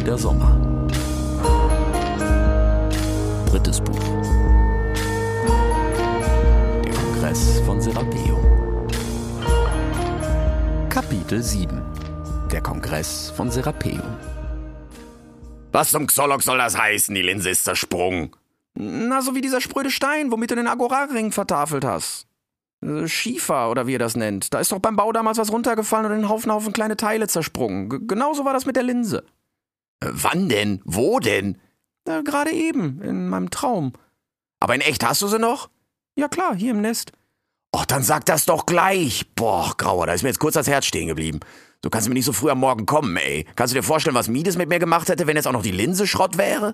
wieder Sommer. Drittes Buch. Der Kongress von Serapeum. Kapitel 7. Der Kongress von Serapeum. Was zum Xolox soll das heißen? Die Linse ist zersprungen. Na, so wie dieser spröde Stein, womit du den Agora-Ring vertafelt hast. Schiefer, oder wie ihr das nennt. Da ist doch beim Bau damals was runtergefallen und in einen Haufen kleine Teile zersprungen. Genauso war das mit der Linse. Wann denn? Wo denn? Gerade eben, in meinem Traum. Aber in echt hast du sie noch? Ja klar, hier im Nest. Och, dann sag das doch gleich. Boah, Grauer, da ist mir jetzt kurz das Herz stehen geblieben. So kannst du mir nicht so früh am Morgen kommen, ey. Kannst du dir vorstellen, was Mides mit mir gemacht hätte, wenn jetzt auch noch die Linse Schrott wäre?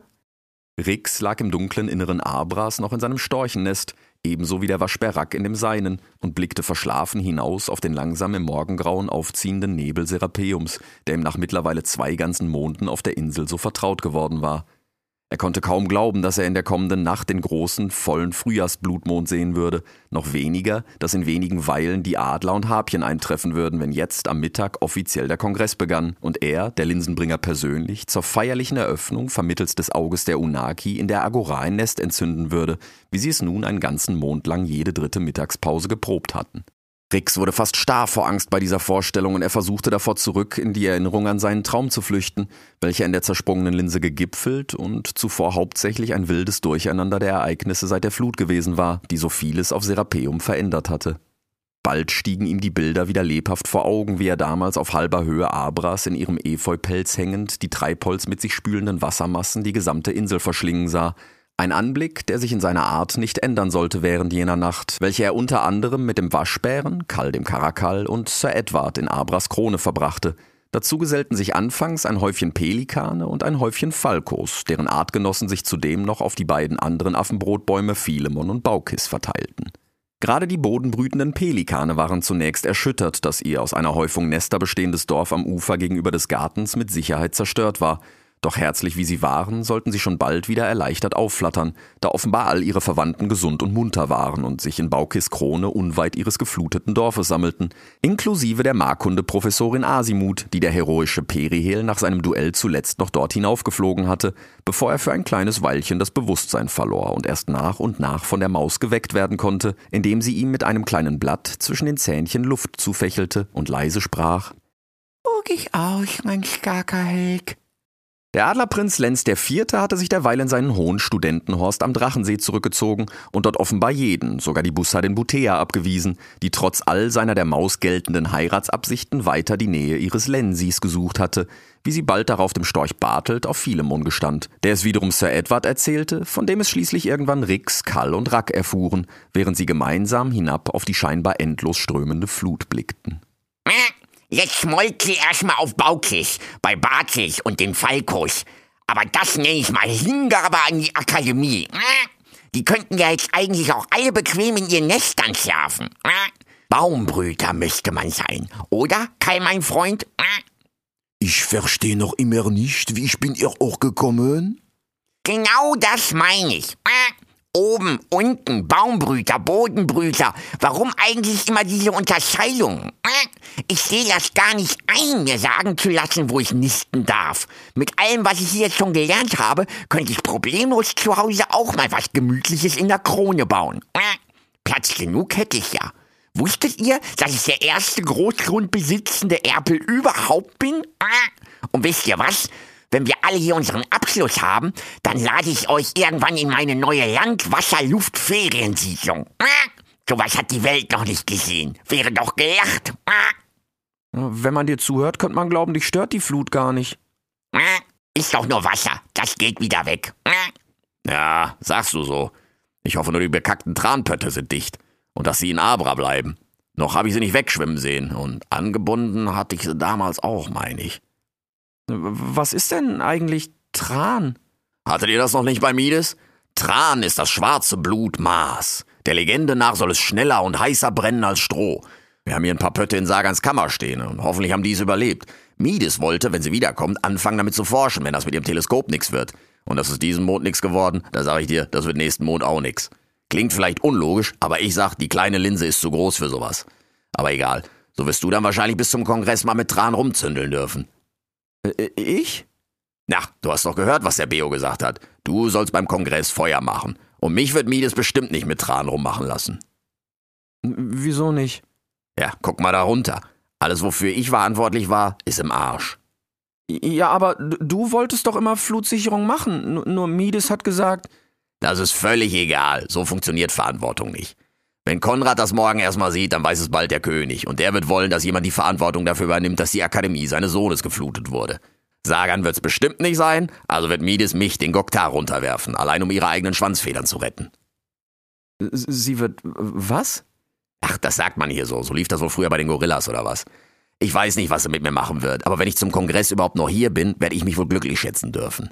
Rix lag im dunklen Inneren Abras noch in seinem Storchennest, ebenso wie der Waschbärack in dem seinen, und blickte verschlafen hinaus auf den langsam im Morgengrauen aufziehenden Nebel Serapeums, der ihm nach mittlerweile 2 ganzen Monden auf der Insel so vertraut geworden war. Er konnte kaum glauben, dass er in der kommenden Nacht den großen, vollen Frühjahrsblutmond sehen würde, noch weniger, dass in wenigen Weilen die Adler und Harpyen eintreffen würden, wenn jetzt am Mittag offiziell der Kongress begann und er, der Linsenbringer persönlich, zur feierlichen Eröffnung vermittels des Auges der Unaki in der Agora ein Nest entzünden würde, wie sie es nun einen ganzen Mond lang jede 3. Mittagspause geprobt hatten. Rix wurde fast starr vor Angst bei dieser Vorstellung und er versuchte davor zurück, in die Erinnerung an seinen Traum zu flüchten, welcher in der zersprungenen Linse gegipfelt und zuvor hauptsächlich ein wildes Durcheinander der Ereignisse seit der Flut gewesen war, die so vieles auf Serapeum verändert hatte. Bald stiegen ihm die Bilder wieder lebhaft vor Augen, wie er damals auf halber Höhe Abras in ihrem Efeupelz hängend die Treibholz mit sich spülenden Wassermassen die gesamte Insel verschlingen sah. Ein Anblick, der sich in seiner Art nicht ändern sollte während jener Nacht, welche er unter anderem mit dem Waschbären, Kal dem Karakal und Sir Edward in Abras Krone verbrachte. Dazu gesellten sich anfangs ein Häufchen Pelikane und ein Häufchen Falkos, deren Artgenossen sich zudem noch auf die beiden anderen Affenbrotbäume Philemon und Baukis verteilten. Gerade die bodenbrütenden Pelikane waren zunächst erschüttert, dass ihr aus einer Häufung Nester bestehendes Dorf am Ufer gegenüber des Gartens mit Sicherheit zerstört war. Doch herzlich wie sie waren, sollten sie schon bald wieder erleichtert aufflattern, da offenbar all ihre Verwandten gesund und munter waren und sich in Baukis Krone unweit ihres gefluteten Dorfes sammelten, inklusive der Markunde-Professorin Asimut, die der heroische Perihel nach seinem Duell zuletzt noch dort hinaufgeflogen hatte, bevor er für ein kleines Weilchen das Bewusstsein verlor und erst nach und nach von der Maus geweckt werden konnte, indem sie ihm mit einem kleinen Blatt zwischen den Zähnchen Luft zufächelte und leise sprach: Ruh ich aus, mein starker Helg. Der Adlerprinz Lenz IV. Hatte sich derweil in seinen hohen Studentenhorst am Drachensee zurückgezogen und dort offenbar jeden, sogar die Bussardin Butea, abgewiesen, die trotz all seiner der Maus geltenden Heiratsabsichten weiter die Nähe ihres Lensis gesucht hatte, wie sie bald darauf dem Storch Bartelt auf Philemon gestand, der es wiederum Sir Edward erzählte, von dem es schließlich irgendwann Rix, Kal und Rack erfuhren, während sie gemeinsam hinab auf die scheinbar endlos strömende Flut blickten. Jetzt schmollt sie erstmal auf Baukis, bei Bartis und den Falkos. Aber das nenne ich mal Hingabe an die Akademie. Die könnten ja jetzt eigentlich auch alle bequem in ihren Nestern schlafen. Baumbrüter müsste man sein, oder, Kai, mein Freund? Ich verstehe noch immer nicht, wie ich bin ihr auch gekommen? Genau das meine ich. Oben, unten, Baumbrüter, Bodenbrüter. Warum eigentlich immer diese Unterscheidung? Ich sehe das gar nicht ein, mir sagen zu lassen, wo ich nisten darf. Mit allem, was ich hier jetzt schon gelernt habe, könnte ich problemlos zu Hause auch mal was Gemütliches in der Krone bauen. Platz genug hätte ich ja. Wusstet ihr, dass ich der erste großgrundbesitzende Erpel überhaupt bin? Und wisst ihr was? Wenn wir alle hier unseren Abschluss haben, dann lade ich euch irgendwann in meine neue Land-Wasser-Luft-Feriensiedlung. Sowas hat die Welt noch nicht gesehen. Wäre doch gelacht. Wenn man dir zuhört, könnte man glauben, dich stört die Flut gar nicht. Ist doch nur Wasser. Das geht wieder weg. Ja, sagst du so. Ich hoffe nur, die bekackten Tranpötte sind dicht und dass sie in Abra bleiben. Noch habe ich sie nicht wegschwimmen sehen und angebunden hatte ich sie damals auch, meine ich. Was ist denn eigentlich Tran? Hattet ihr das noch nicht bei Mides? Tran ist das schwarze Blut Mars. Der Legende nach soll es schneller und heißer brennen als Stroh. Wir haben hier ein paar Pötte in Sagans Kammer stehen und hoffentlich haben die es überlebt. Mides wollte, wenn sie wiederkommt, anfangen damit zu forschen, wenn das mit ihrem Teleskop nix wird. Und das ist diesen Mond nix geworden, da sag ich dir, das wird nächsten Mond auch nix. Klingt vielleicht unlogisch, aber ich sag, die kleine Linse ist zu groß für sowas. Aber egal, so wirst du dann wahrscheinlich bis zum Kongress mal mit Tran rumzündeln dürfen. Ich? Na, du hast doch gehört, was der Beo gesagt hat. Du sollst beim Kongress Feuer machen. Und mich wird Mides bestimmt nicht mit Tran rummachen lassen. Wieso nicht? Ja, guck mal da runter. Alles, wofür ich verantwortlich war, ist im Arsch. Ja, aber du wolltest doch immer Flutsicherung machen. Nur Mides hat gesagt... Das ist völlig egal. So funktioniert Verantwortung nicht. Wenn Konrad das morgen erstmal sieht, dann weiß es bald der König. Und der wird wollen, dass jemand die Verantwortung dafür übernimmt, dass die Akademie seines Sohnes geflutet wurde. Sagan wird's bestimmt nicht sein, also wird Mides mich, den Goktar, runterwerfen, allein um ihre eigenen Schwanzfedern zu retten. Sie wird... was? Ach, das sagt man hier so. So lief das wohl früher bei den Gorillas oder was. Ich weiß nicht, was sie mit mir machen wird, aber wenn ich zum Kongress überhaupt noch hier bin, werde ich mich wohl glücklich schätzen dürfen.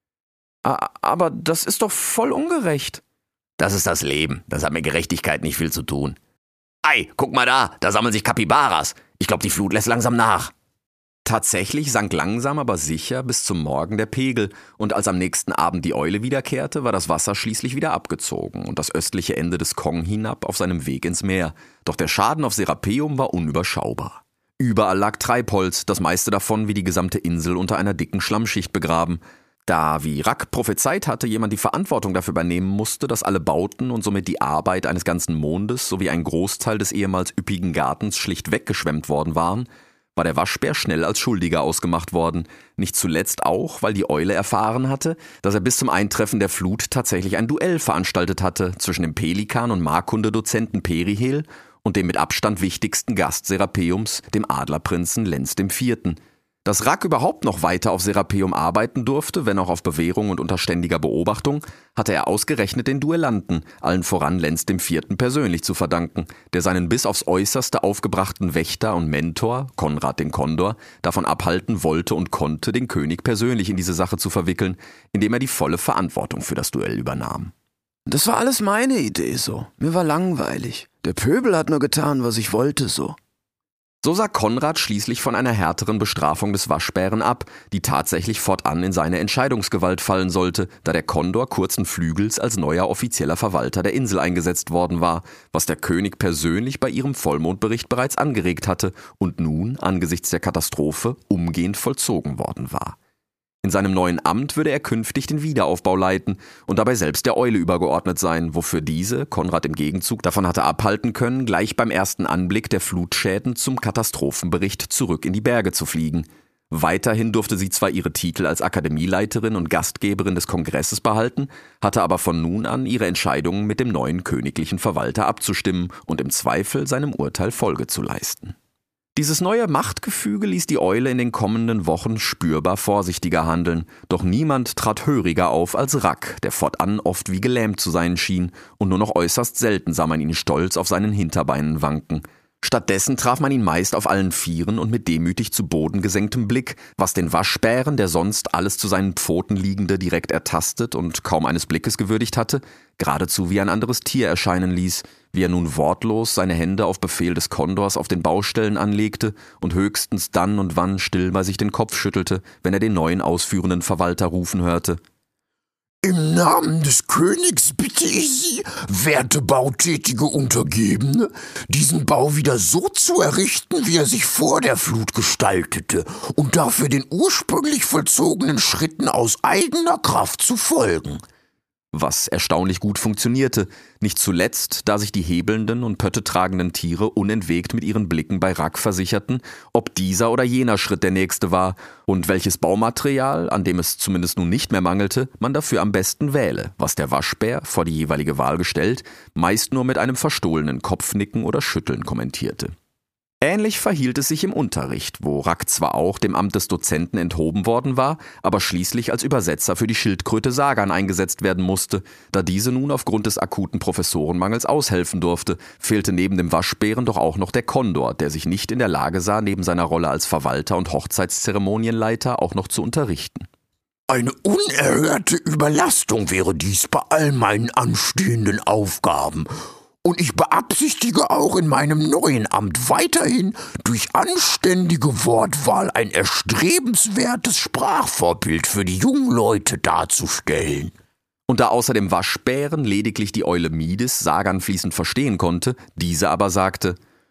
Aber das ist doch voll ungerecht. Das ist das Leben. Das hat mit Gerechtigkeit nicht viel zu tun. Ei, guck mal da sammeln sich Kapibaras. Ich glaube, die Flut lässt langsam nach. Tatsächlich sank langsam, aber sicher bis zum Morgen der Pegel, und als am nächsten Abend die Eule wiederkehrte, war das Wasser schließlich wieder abgezogen und das östliche Ende des Kong hinab auf seinem Weg ins Meer. Doch der Schaden auf Serapeum war unüberschaubar. Überall lag Treibholz, das meiste davon wie die gesamte Insel unter einer dicken Schlammschicht begraben. Da, wie Rack prophezeit hatte, jemand die Verantwortung dafür übernehmen musste, dass alle Bauten und somit die Arbeit eines ganzen Mondes sowie ein Großteil des ehemals üppigen Gartens schlicht weggeschwemmt worden waren, war der Waschbär schnell als Schuldiger ausgemacht worden. Nicht zuletzt auch, weil die Eule erfahren hatte, dass er bis zum Eintreffen der Flut tatsächlich ein Duell veranstaltet hatte zwischen dem Pelikan- und Markundedozenten Perihel und dem mit Abstand wichtigsten Gast Serapeums, dem Adlerprinzen Lenz IV. Dass Rack überhaupt noch weiter auf Serapeum arbeiten durfte, wenn auch auf Bewährung und unter ständiger Beobachtung, hatte er ausgerechnet den Duellanten, allen voran Lenz IV. Persönlich zu verdanken, der seinen bis aufs Äußerste aufgebrachten Wächter und Mentor, Konrad den Kondor, davon abhalten wollte und konnte, den König persönlich in diese Sache zu verwickeln, indem er die volle Verantwortung für das Duell übernahm. Das war alles meine Idee so. Mir war langweilig. Der Pöbel hat nur getan, was ich wollte so. So sah Konrad schließlich von einer härteren Bestrafung des Waschbären ab, die tatsächlich fortan in seine Entscheidungsgewalt fallen sollte, da der Kondor kurzen Flügels als neuer offizieller Verwalter der Insel eingesetzt worden war, was der König persönlich bei ihrem Vollmondbericht bereits angeregt hatte und nun, angesichts der Katastrophe, umgehend vollzogen worden war. In seinem neuen Amt würde er künftig den Wiederaufbau leiten und dabei selbst der Eule übergeordnet sein, wofür diese Konrad im Gegenzug davon hatte abhalten können, gleich beim ersten Anblick der Flutschäden zum Katastrophenbericht zurück in die Berge zu fliegen. Weiterhin durfte sie zwar ihre Titel als Akademieleiterin und Gastgeberin des Kongresses behalten, hatte aber von nun an ihre Entscheidungen mit dem neuen königlichen Verwalter abzustimmen und im Zweifel seinem Urteil Folge zu leisten. Dieses neue Machtgefüge ließ die Eule in den kommenden Wochen spürbar vorsichtiger handeln, doch niemand trat höriger auf als Rack, der fortan oft wie gelähmt zu sein schien, und nur noch äußerst selten sah man ihn stolz auf seinen Hinterbeinen wanken. Stattdessen traf man ihn meist auf allen Vieren und mit demütig zu Boden gesenktem Blick, was den Waschbären, der sonst alles zu seinen Pfoten liegende direkt ertastet und kaum eines Blickes gewürdigt hatte, geradezu wie ein anderes Tier erscheinen ließ, wie er nun wortlos seine Hände auf Befehl des Kondors auf den Baustellen anlegte und höchstens dann und wann still bei sich den Kopf schüttelte, wenn er den neuen ausführenden Verwalter rufen hörte. Im Namen des Königs bitte ich Sie, werte bautätige Untergebene, diesen Bau wieder so zu errichten, wie er sich vor der Flut gestaltete, und dafür den ursprünglich vollzogenen Schritten aus eigener Kraft zu folgen. Was erstaunlich gut funktionierte, nicht zuletzt, da sich die hebelnden und pöttetragenden Tiere unentwegt mit ihren Blicken bei Rack versicherten, ob dieser oder jener Schritt der nächste war und welches Baumaterial, an dem es zumindest nun nicht mehr mangelte, man dafür am besten wähle, was der Waschbär, vor die jeweilige Wahl gestellt, meist nur mit einem verstohlenen Kopfnicken oder Schütteln kommentierte. Ähnlich verhielt es sich im Unterricht, wo Rack zwar auch dem Amt des Dozenten enthoben worden war, aber schließlich als Übersetzer für die Schildkröte Sagan eingesetzt werden musste. Da diese nun aufgrund des akuten Professorenmangels aushelfen durfte, fehlte neben dem Waschbären doch auch noch der Kondor, der sich nicht in der Lage sah, neben seiner Rolle als Verwalter und Hochzeitszeremonienleiter auch noch zu unterrichten. Eine unerhörte Überlastung wäre dies bei all meinen anstehenden Aufgaben. Und ich beabsichtige auch in meinem neuen Amt weiterhin durch anständige Wortwahl ein erstrebenswertes Sprachvorbild für die jungen Leute darzustellen. Und da außer dem Waschbären lediglich die Eule Mides Sagan fließend verstehen konnte, diese aber sagte: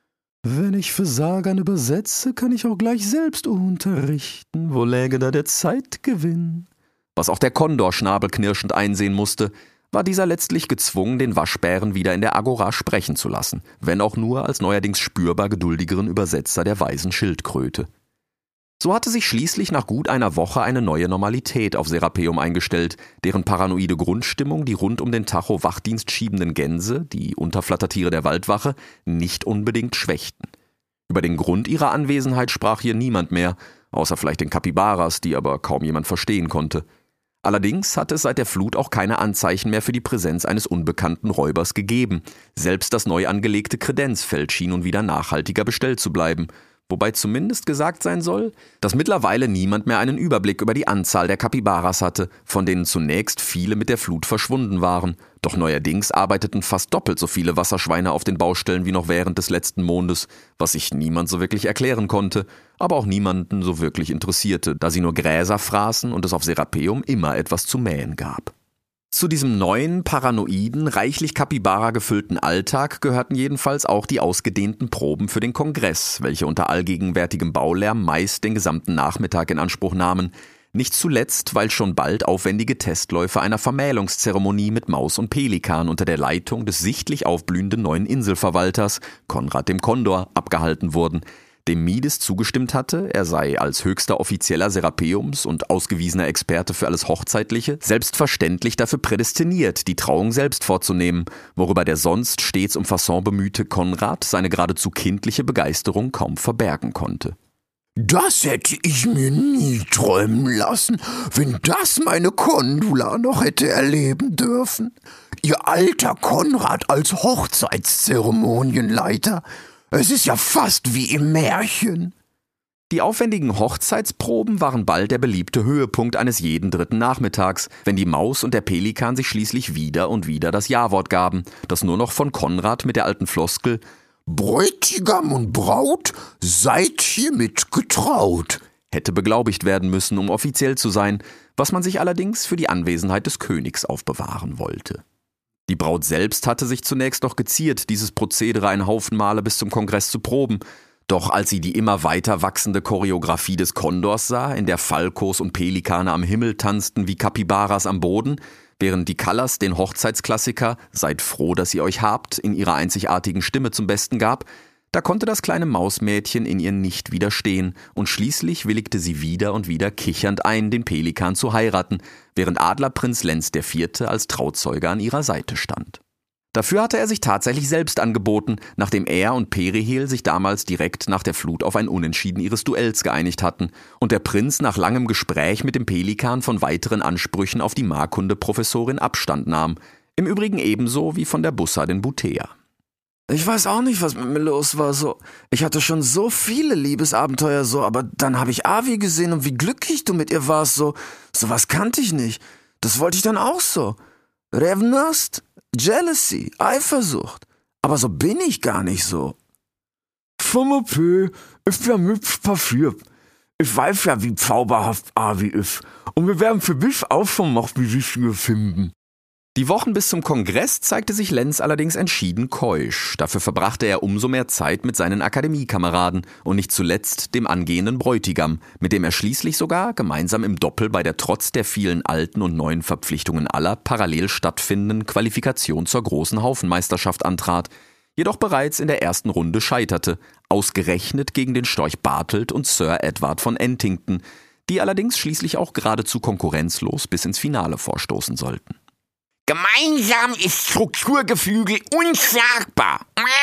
Wenn ich für Sagan übersetze, kann ich auch gleich selbst unterrichten. Wo läge da der Zeitgewinn? Was auch der Kondor schnabelknirschend einsehen musste, war dieser letztlich gezwungen, den Waschbären wieder in der Agora sprechen zu lassen, wenn auch nur als neuerdings spürbar geduldigeren Übersetzer der weisen Schildkröte. So hatte sich schließlich nach gut einer Woche eine neue Normalität auf Serapeum eingestellt, deren paranoide Grundstimmung die rund um den Tacho Wachdienst schiebenden Gänse, die Unterflattertiere der Waldwache, nicht unbedingt schwächten. Über den Grund ihrer Anwesenheit sprach hier niemand mehr, außer vielleicht den Kapibaras, die aber kaum jemand verstehen konnte. Allerdings hatte es seit der Flut auch keine Anzeichen mehr für die Präsenz eines unbekannten Räubers gegeben. Selbst das neu angelegte Kredenzfeld schien nun wieder nachhaltiger bestellt zu bleiben. Wobei zumindest gesagt sein soll, dass mittlerweile niemand mehr einen Überblick über die Anzahl der Kapibaras hatte, von denen zunächst viele mit der Flut verschwunden waren. Doch neuerdings arbeiteten fast doppelt so viele Wasserschweine auf den Baustellen wie noch während des letzten Mondes, was sich niemand so wirklich erklären konnte, aber auch niemanden so wirklich interessierte, da sie nur Gräser fraßen und es auf Serapeum immer etwas zu mähen gab. Zu diesem neuen, paranoiden, reichlich Kapibara gefüllten Alltag gehörten jedenfalls auch die ausgedehnten Proben für den Kongress, welche unter allgegenwärtigem Baulärm meist den gesamten Nachmittag in Anspruch nahmen, nicht zuletzt, weil schon bald aufwendige Testläufe einer Vermählungszeremonie mit Maus und Pelikan unter der Leitung des sichtlich aufblühenden neuen Inselverwalters, Konrad dem Kondor, abgehalten wurden, dem Mides zugestimmt hatte, er sei als höchster Offizieller Serapeums und ausgewiesener Experte für alles Hochzeitliche selbstverständlich dafür prädestiniert, die Trauung selbst vorzunehmen, worüber der sonst stets um Fasson bemühte Konrad seine geradezu kindliche Begeisterung kaum verbergen konnte. Das hätte ich mir nie träumen lassen, wenn das meine Kondula noch hätte erleben dürfen. Ihr alter Konrad als Hochzeitszeremonienleiter. Es ist ja fast wie im Märchen. Die aufwendigen Hochzeitsproben waren bald der beliebte Höhepunkt eines jeden dritten Nachmittags, wenn die Maus und der Pelikan sich schließlich wieder und wieder das Ja-Wort gaben, das nur noch von Konrad mit der alten Floskel »Bräutigam und Braut, seid hiermit getraut« hätte beglaubigt werden müssen, um offiziell zu sein, was man sich allerdings für die Anwesenheit des Königs aufbewahren wollte. Die Braut selbst hatte sich zunächst noch geziert, dieses Prozedere einen Haufen Male bis zum Kongress zu proben. Doch als sie die immer weiter wachsende Choreografie des Kondors sah, in der Falkos und Pelikane am Himmel tanzten wie Kapibaras am Boden, während die Callas den Hochzeitsklassiker »Seid froh, dass ihr euch habt« in ihrer einzigartigen Stimme zum Besten gab, da konnte das kleine Mausmädchen in ihr nicht widerstehen und schließlich willigte sie wieder und wieder kichernd ein, den Pelikan zu heiraten, während Adlerprinz Lenz IV. Als Trauzeuge an ihrer Seite stand. Dafür hatte er sich tatsächlich selbst angeboten, nachdem er und Perihel sich damals direkt nach der Flut auf ein Unentschieden ihres Duells geeinigt hatten und der Prinz nach langem Gespräch mit dem Pelikan von weiteren Ansprüchen auf die Markunde-Professorin Abstand nahm, im Übrigen ebenso wie von der Bussardin Butea. Ich weiß auch nicht, was mit mir los war, so. Ich hatte schon so viele Liebesabenteuer, so, aber dann habe ich Avi gesehen und wie glücklich du mit ihr warst, so. Sowas kannte ich nicht. Das wollte ich dann auch so. Revnost, Jealousy, Eifersucht. Aber so bin ich gar nicht so. Vom P, ich bin hübsch parfürt. Ich weiß ja, wie zauberhaft Avi ist. Und wir werden für mich auch schon noch die richtige finden. Die Wochen bis zum Kongress zeigte sich Lenz allerdings entschieden keusch. Dafür verbrachte er umso mehr Zeit mit seinen Akademiekameraden und nicht zuletzt dem angehenden Bräutigam, mit dem er schließlich sogar gemeinsam im Doppel bei der trotz der vielen alten und neuen Verpflichtungen aller parallel stattfindenden Qualifikation zur großen Haufenmeisterschaft antrat, jedoch bereits in der ersten Runde scheiterte, ausgerechnet gegen den Storch Bartelt und Sir Edward von Entington, die allerdings schließlich auch geradezu konkurrenzlos bis ins Finale vorstoßen sollten. Gemeinsam ist Strukturgeflügel unschlagbar.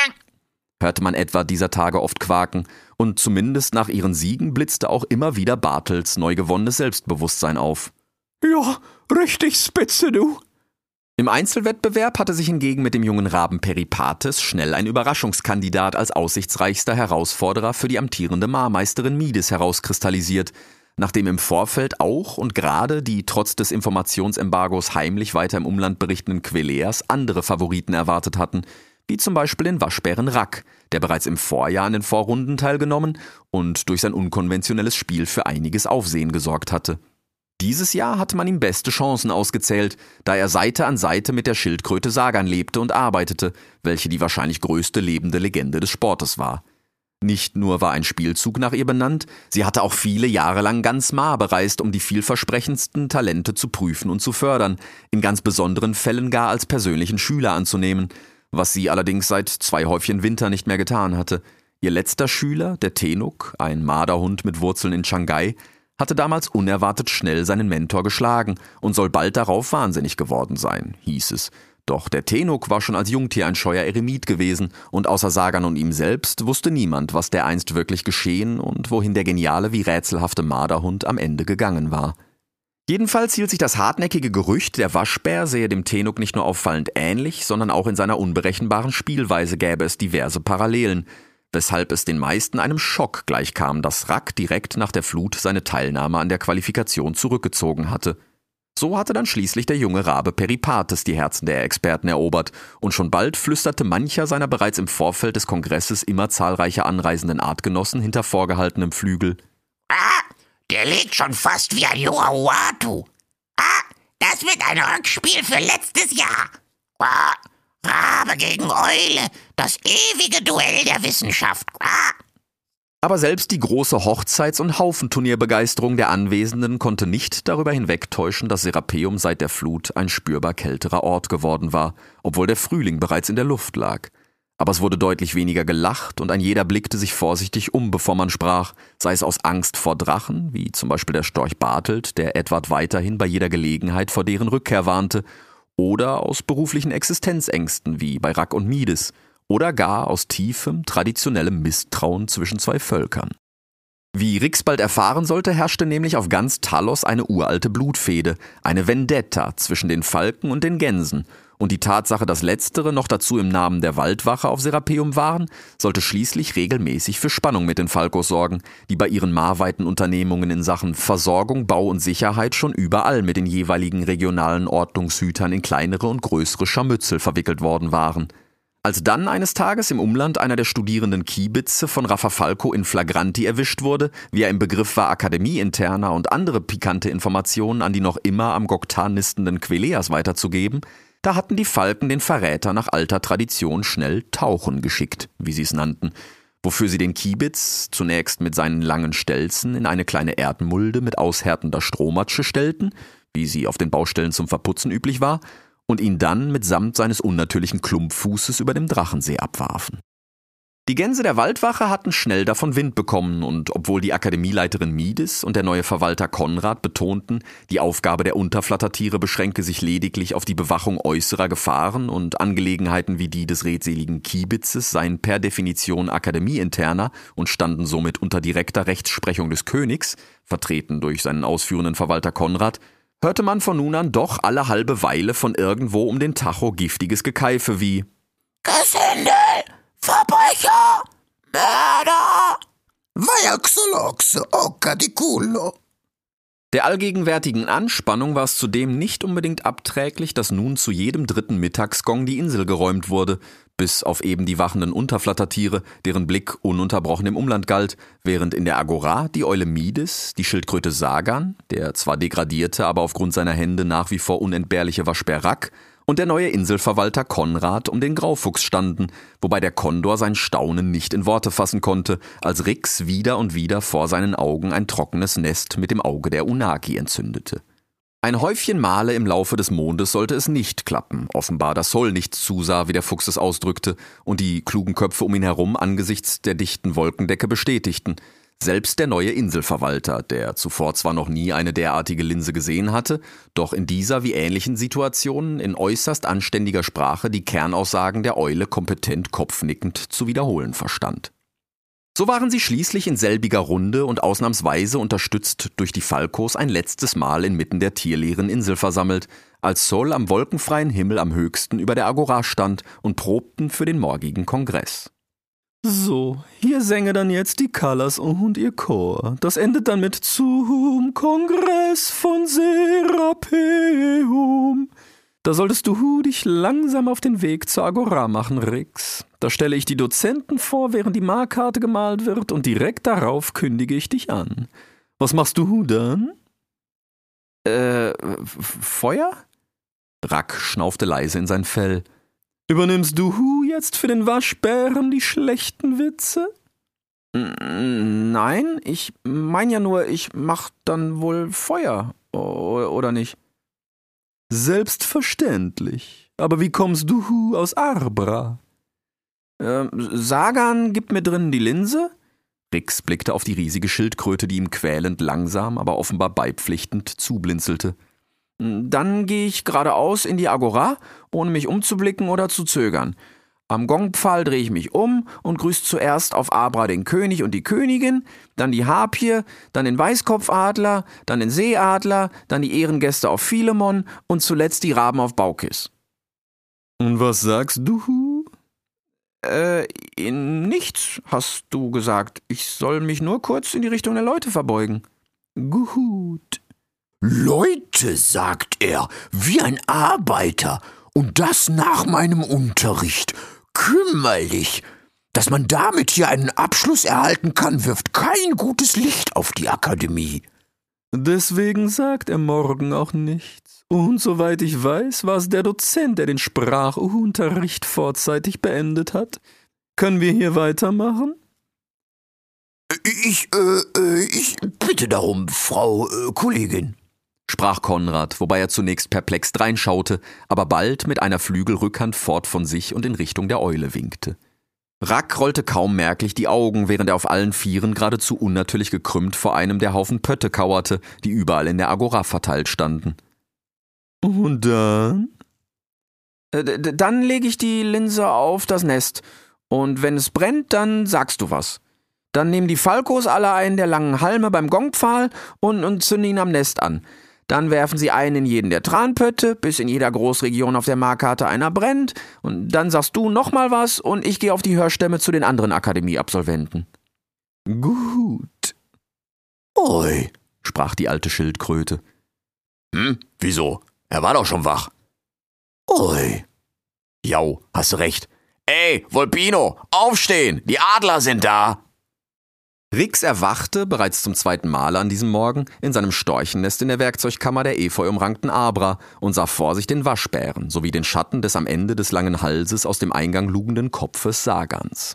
Hörte man Edward dieser Tage oft quaken, und zumindest nach ihren Siegen blitzte auch immer wieder Bartels neu gewonnenes Selbstbewusstsein auf. Ja, richtig spitze, du. Im Einzelwettbewerb hatte sich hingegen mit dem jungen Raben Peripates schnell ein Überraschungskandidat als aussichtsreichster Herausforderer für die amtierende Marmeisterin Mides herauskristallisiert, nachdem im Vorfeld auch und gerade die trotz des Informationsembargos heimlich weiter im Umland berichtenden Queleas andere Favoriten erwartet hatten, wie zum Beispiel den Waschbären Rack, der bereits im Vorjahr an den Vorrunden teilgenommen und durch sein unkonventionelles Spiel für einiges Aufsehen gesorgt hatte. Dieses Jahr hatte man ihm beste Chancen ausgezählt, da er Seite an Seite mit der Schildkröte Sagan lebte und arbeitete, welche die wahrscheinlich größte lebende Legende des Sportes war. Nicht nur war ein Spielzug nach ihr benannt, sie hatte auch viele Jahre lang ganz Maar bereist, um die vielversprechendsten Talente zu prüfen und zu fördern, in ganz besonderen Fällen gar als persönlichen Schüler anzunehmen, was sie allerdings seit 2 Häufchen Winter nicht mehr getan hatte. Ihr letzter Schüler, der Tenuk, ein Marderhund mit Wurzeln in Shanghai, hatte damals unerwartet schnell seinen Mentor geschlagen und soll bald darauf wahnsinnig geworden sein, hieß es. Doch der Tenuk war schon als Jungtier ein scheuer Eremit gewesen und außer Sagan und ihm selbst wusste niemand, was dereinst wirklich geschehen und wohin der geniale wie rätselhafte Marderhund am Ende gegangen war. Jedenfalls hielt sich das hartnäckige Gerücht, der Waschbär sähe dem Tenuk nicht nur auffallend ähnlich, sondern auch in seiner unberechenbaren Spielweise gäbe es diverse Parallelen, weshalb es den meisten einem Schock gleichkam, dass Rack direkt nach der Flut seine Teilnahme an der Qualifikation zurückgezogen hatte. So hatte dann schließlich der junge Rabe Peripates die Herzen der Experten erobert, und schon bald flüsterte mancher seiner bereits im Vorfeld des Kongresses immer zahlreicher anreisenden Artgenossen hinter vorgehaltenem Flügel: Der legt schon fast wie ein junger Uatu. Das wird ein Rückspiel für letztes Jahr. Rabe gegen Eule, das ewige Duell der Wissenschaft. Aber selbst die große Hochzeits- und Haufenturnierbegeisterung der Anwesenden konnte nicht darüber hinwegtäuschen, dass Serapeum seit der Flut ein spürbar kälterer Ort geworden war, obwohl der Frühling bereits in der Luft lag. Aber es wurde deutlich weniger gelacht und ein jeder blickte sich vorsichtig um, bevor man sprach, sei es aus Angst vor Drachen, wie zum Beispiel der Storch Bartelt, der Edward weiterhin bei jeder Gelegenheit vor deren Rückkehr warnte, oder aus beruflichen Existenzängsten, wie bei Rack und Mides, oder gar aus tiefem, traditionellem Misstrauen zwischen 2 Völkern. Wie Rix bald erfahren sollte, herrschte nämlich auf ganz Talos eine uralte Blutfehde, eine Vendetta zwischen den Falken und den Gänsen, und die Tatsache, dass letztere noch dazu im Namen der Waldwache auf Serapeum waren, sollte schließlich regelmäßig für Spannung mit den Falkos sorgen, die bei ihren marweiten Unternehmungen in Sachen Versorgung, Bau und Sicherheit schon überall mit den jeweiligen regionalen Ordnungshütern in kleinere und größere Scharmützel verwickelt worden waren. Als dann eines Tages im Umland einer der studierenden Kiebitze von Rafa Falco in Flagranti erwischt wurde, wie er im Begriff war, Akademieinterner und andere pikante Informationen an die noch immer am Goktan nistenden Queleas weiterzugeben, da hatten die Falken den Verräter nach alter Tradition schnell tauchen geschickt, wie sie es nannten, wofür sie den Kiebitz zunächst mit seinen langen Stelzen in eine kleine Erdmulde mit aushärtender Strohmatsche stellten, wie sie auf den Baustellen zum Verputzen üblich war, und ihn dann mitsamt seines unnatürlichen Klumpfußes über dem Drachensee abwarfen. Die Gänse der Waldwache hatten schnell davon Wind bekommen, und obwohl die Akademieleiterin Mides und der neue Verwalter Konrad betonten, die Aufgabe der Unterflattertiere beschränke sich lediglich auf die Bewachung äußerer Gefahren und Angelegenheiten wie die des redseligen Kiebitzes seien per Definition akademieinterner und standen somit unter direkter Rechtsprechung des Königs, vertreten durch seinen ausführenden Verwalter Konrad, hörte man von nun an doch alle halbe Weile von irgendwo um den Tacho giftiges Gekeife wie Gesindel, Verbrecher, Mörder, Vajaxoloxe, Oca di culo. Der allgegenwärtigen Anspannung war es zudem nicht unbedingt abträglich, dass nun zu jedem 3. Mittagsgong die Insel geräumt wurde, bis auf eben die wachenden Unterflattertiere, deren Blick ununterbrochen im Umland galt, während in der Agora die Eule Mides, die Schildkröte Sagan, der zwar degradierte, aber aufgrund seiner Hände nach wie vor unentbehrliche Waschbär Rack und der neue Inselverwalter Konrad um den Graufuchs standen, wobei der Kondor sein Staunen nicht in Worte fassen konnte, als Rix wieder und wieder vor seinen Augen ein trockenes Nest mit dem Auge der Unagi entzündete. Ein Häufchen Male im Laufe des Mondes sollte es nicht klappen, offenbar das Sol nicht zusah, wie der Fuchs es ausdrückte, und die klugen Köpfe um ihn herum angesichts der dichten Wolkendecke bestätigten. Selbst der neue Inselverwalter, der zuvor zwar noch nie eine derartige Linse gesehen hatte, doch in dieser wie ähnlichen Situationen in äußerst anständiger Sprache die Kernaussagen der Eule kompetent kopfnickend zu wiederholen verstand. So waren sie schließlich in selbiger Runde und ausnahmsweise unterstützt durch die Falkos ein letztes Mal inmitten der tierleeren Insel versammelt, als Sol am wolkenfreien Himmel am höchsten über der Agora stand und probten für den morgigen Kongress. So, hier sänge dann jetzt die Callas und ihr Chor. Das endet dann mit zum Kongress von Serapeum. Da solltest du dich langsam auf den Weg zur Agora machen, Rix. Da stelle ich die Dozenten vor, während die Markkarte gemalt wird, und direkt darauf kündige ich dich an. Was machst du dann? Feuer? Rack schnaufte leise in sein Fell. Übernimmst du jetzt für den Waschbären die schlechten Witze? Nein, ich meine ja nur, ich mach dann wohl Feuer, oder nicht? Selbstverständlich. Aber wie kommst du aus Arbra? Sagan gibt mir drinnen die Linse? Rix blickte auf die riesige Schildkröte, die ihm quälend langsam, aber offenbar beipflichtend zublinzelte. Dann gehe ich geradeaus in die Agora, ohne mich umzublicken oder zu zögern. Am Gongpfahl drehe ich mich um und grüße zuerst auf Abra den König und die Königin, dann die Harpie, dann den Weißkopfadler, dann den Seeadler, dann die Ehrengäste auf Philemon und zuletzt die Raben auf Baukis. Und was sagst du? Nichts, hast du gesagt. Ich soll mich nur kurz in die Richtung der Leute verbeugen. Gut. Leute, sagt er, wie ein Arbeiter. Und das nach meinem Unterricht. Kümmerlich. Dass man damit hier einen Abschluss erhalten kann, wirft kein gutes Licht auf die Akademie. Deswegen sagt er morgen auch nichts. Und soweit ich weiß, war es der Dozent, der den Sprachunterricht vorzeitig beendet hat. Können wir hier weitermachen? Ich bitte darum, Frau Kollegin, sprach Konrad, wobei er zunächst perplex dreinschaute, aber bald mit einer Flügelrückhand fort von sich und in Richtung der Eule winkte. Rack rollte kaum merklich die Augen, während er auf allen Vieren geradezu unnatürlich gekrümmt vor einem der Haufen Pötte kauerte, die überall in der Agora verteilt standen. Und dann? Dann lege ich die Linse auf das Nest. Und wenn es brennt, dann sagst du was. Dann nehmen die Falkos alle einen der langen Halme beim Gongpfahl und zünden ihn am Nest an. Dann werfen sie einen in jeden der Tranpötte, bis in jeder Großregion auf der Markkarte einer brennt. Und dann sagst du nochmal was und ich gehe auf die Hörstämme zu den anderen Akademieabsolventen. Gut. Oi, sprach die alte Schildkröte. Wieso? Er war doch schon wach. Oi. Jau, hast du recht. Ey, Volpino, aufstehen! Die Adler sind da! Rix erwachte, bereits zum zweiten Mal an diesem Morgen, in seinem Storchennest in der Werkzeugkammer der efeu-umrankten Abra und sah vor sich den Waschbären sowie den Schatten des am Ende des langen Halses aus dem Eingang lugenden Kopfes Sagans.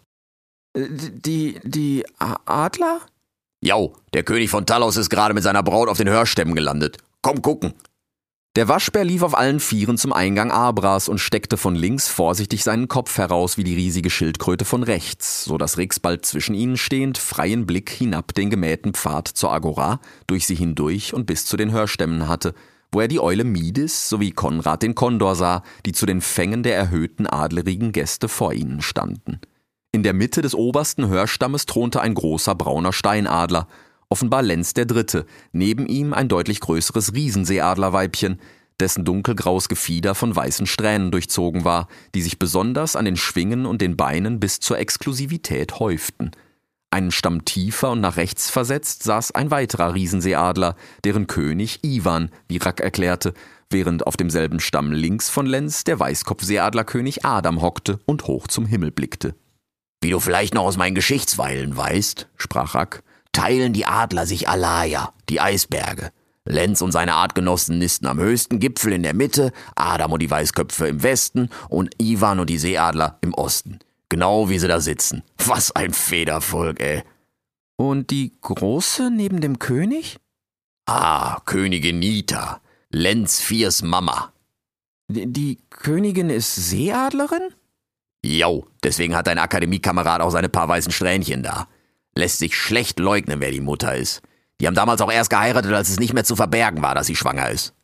Die Adler? Jau, der König von Talos ist gerade mit seiner Braut auf den Hörstämmen gelandet. Komm gucken. Der Waschbär lief auf allen Vieren zum Eingang Abras und steckte von links vorsichtig seinen Kopf heraus wie die riesige Schildkröte von rechts, so dass Rix bald zwischen ihnen stehend freien Blick hinab den gemähten Pfad zur Agora, durch sie hindurch und bis zu den Hörstämmen hatte, wo er die Eule Midis sowie Konrad den Kondor sah, die zu den Fängen der erhöhten adlerigen Gäste vor ihnen standen. In der Mitte des obersten Hörstammes thronte ein großer brauner Steinadler, offenbar Lenz der Dritte, neben ihm ein deutlich größeres Riesenseeadlerweibchen, dessen dunkelgraues Gefieder von weißen Strähnen durchzogen war, die sich besonders an den Schwingen und den Beinen bis zur Exklusivität häuften. Einen Stamm tiefer und nach rechts versetzt saß ein weiterer Riesenseeadler, deren König Iwan, wie Rack erklärte, während auf demselben Stamm links von Lenz der Weißkopfseeadlerkönig Adam hockte und hoch zum Himmel blickte. Wie du vielleicht noch aus meinen Geschichtsweilen weißt, sprach Rack, teilen die Adler sich Alaya, die Eisberge. Lenz und seine Artgenossen nisten am höchsten Gipfel in der Mitte, Adam und die Weißköpfe im Westen und Iwan und die Seeadler im Osten. Genau wie sie da sitzen. Was ein Federvolk, ey. Und die Große neben dem König? Königin Nita, Lenz Viers Mama. Die Königin ist Seeadlerin? Jo, deswegen hat dein Akademiekamerad auch seine paar weißen Strähnchen da. Lässt sich schlecht leugnen, wer die Mutter ist. Die haben damals auch erst geheiratet, als es nicht mehr zu verbergen war, dass sie schwanger ist.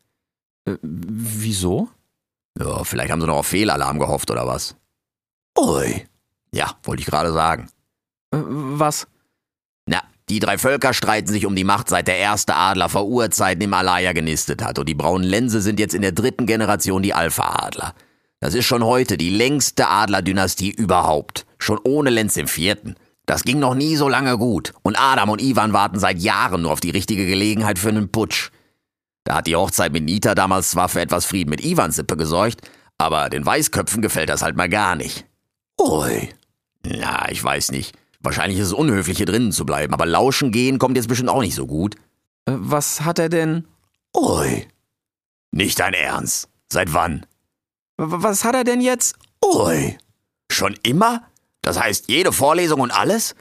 Wieso? Ja, vielleicht haben sie noch auf Fehlalarm gehofft oder was. Oi. Ja, wollte ich gerade sagen. Was? Na, die 3 Völker streiten sich um die Macht, seit der erste Adler vor Urzeiten im Alaya genistet hat. Und die braunen Lense sind jetzt in der 3. Generation die Alpha-Adler. Das ist schon heute die längste Adlerdynastie überhaupt. Schon ohne Lenz im 4. Das ging noch nie so lange gut. Und Adam und Iwan warten seit Jahren nur auf die richtige Gelegenheit für einen Putsch. Da hat die Hochzeit mit Nita damals zwar für etwas Frieden mit Iwans Sippe gesorgt, aber den Weißköpfen gefällt das halt mal gar nicht. Oi. Na, ich weiß nicht. Wahrscheinlich ist es unhöflich, hier drinnen zu bleiben, aber lauschen gehen kommt jetzt bestimmt auch nicht so gut. Was hat er denn? Oi. Nicht dein Ernst. Seit wann? Was hat er denn jetzt? Oi. Schon immer? Das heißt, jede Vorlesung und alles?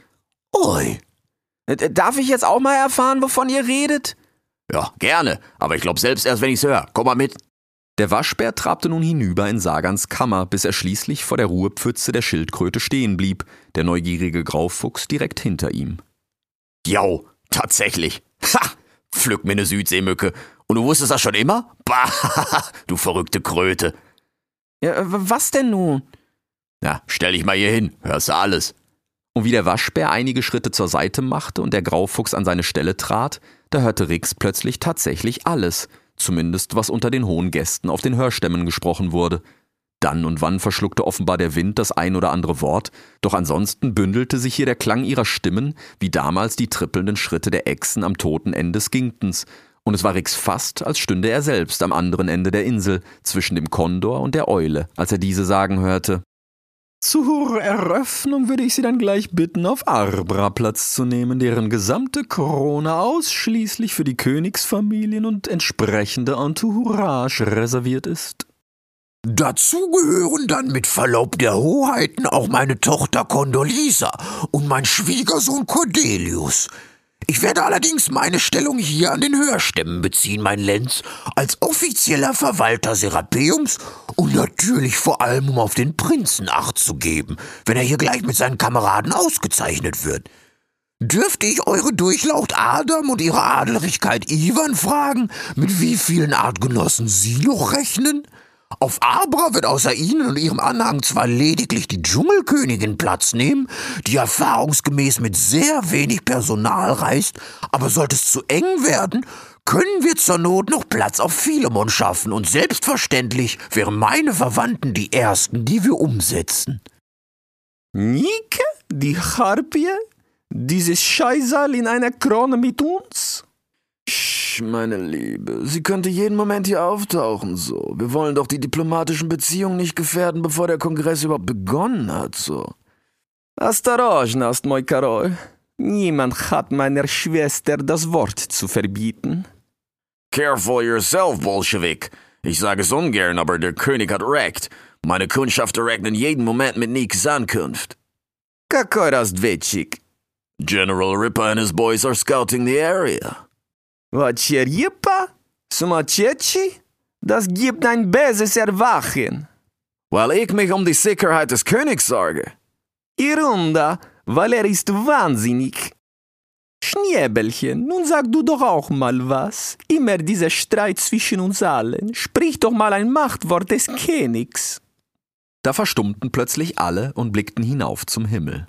Ui. Darf ich jetzt auch mal erfahren, wovon ihr redet? Ja, gerne, aber ich glaube selbst erst, wenn ich's höre. Komm mal mit. Der Waschbär trabte nun hinüber in Sagans Kammer, bis er schließlich vor der Ruhepfütze der Schildkröte stehen blieb, der neugierige Graufuchs direkt hinter ihm. Jo, tatsächlich. Ha! Pflück mir eine Südseemücke. Und du wusstest das schon immer? Bah, du verrückte Kröte. Ja, was denn nun? Na, stell dich mal hier hin, hörst du alles. Und wie der Waschbär einige Schritte zur Seite machte und der Graufuchs an seine Stelle trat, da hörte Rix plötzlich tatsächlich alles, zumindest was unter den hohen Gästen auf den Hörstämmen gesprochen wurde. Dann und wann verschluckte offenbar der Wind das ein oder andere Wort, doch ansonsten bündelte sich hier der Klang ihrer Stimmen, wie damals die trippelnden Schritte der Echsen am toten Ende Skinktons, und es war Rix fast, als stünde er selbst am anderen Ende der Insel, zwischen dem Kondor und der Eule, als er diese sagen hörte: »Zur Eröffnung würde ich Sie dann gleich bitten, auf Arbra Platz zu nehmen, deren gesamte Krone ausschließlich für die Königsfamilien und entsprechende Entourage reserviert ist.« Dazu gehören dann mit Verlaub der Hoheiten auch meine Tochter Condoleezza und mein Schwiegersohn Cordelius. Ich werde allerdings meine Stellung hier an den Hörstämmen beziehen, mein Lenz, als offizieller Verwalter Serapeums und natürlich vor allem, um auf den Prinzen Acht zu geben, wenn er hier gleich mit seinen Kameraden ausgezeichnet wird. Dürfte ich eure Durchlaucht Adam und ihre Adeligkeit Ivan fragen, mit wie vielen Artgenossen sie noch rechnen? Auf Arbra wird außer ihnen und ihrem Anhang zwar lediglich die Dschungelkönigin Platz nehmen, die erfahrungsgemäß mit sehr wenig Personal reist, aber sollte es zu eng werden, können wir zur Not noch Platz auf Philemon schaffen und selbstverständlich wären meine Verwandten die Ersten, die wir umsetzen. Nike, die Harpie? Dieses Scheisal in einer Krone mit uns? Meine Liebe, sie könnte jeden Moment hier auftauchen, so. Wir wollen doch die diplomatischen Beziehungen nicht gefährden, bevor der Kongress überhaupt begonnen hat, so. Осторожность, мой король. Niemand hat meiner Schwester das Wort zu verbieten. Careful yourself, Bolschewik. Ich sage es ungern, aber der König hat recht. Meine Kundschafter rechnen jeden Moment mit Nikes Ankunft. Какой разведчик? General Ripper and his boys are scouting the area. Вачерьепа? Сумасшедший? Das gibt ein böses Erwachen. Weil ich mich um die Sicherheit des Königs sorge. Irunda, weil ist wahnsinnig. Schneebelchen, nun sag du doch auch mal was. Immer dieser Streit zwischen uns allen. Sprich doch mal ein Machtwort des Königs. Da verstummten plötzlich alle und blickten hinauf zum Himmel.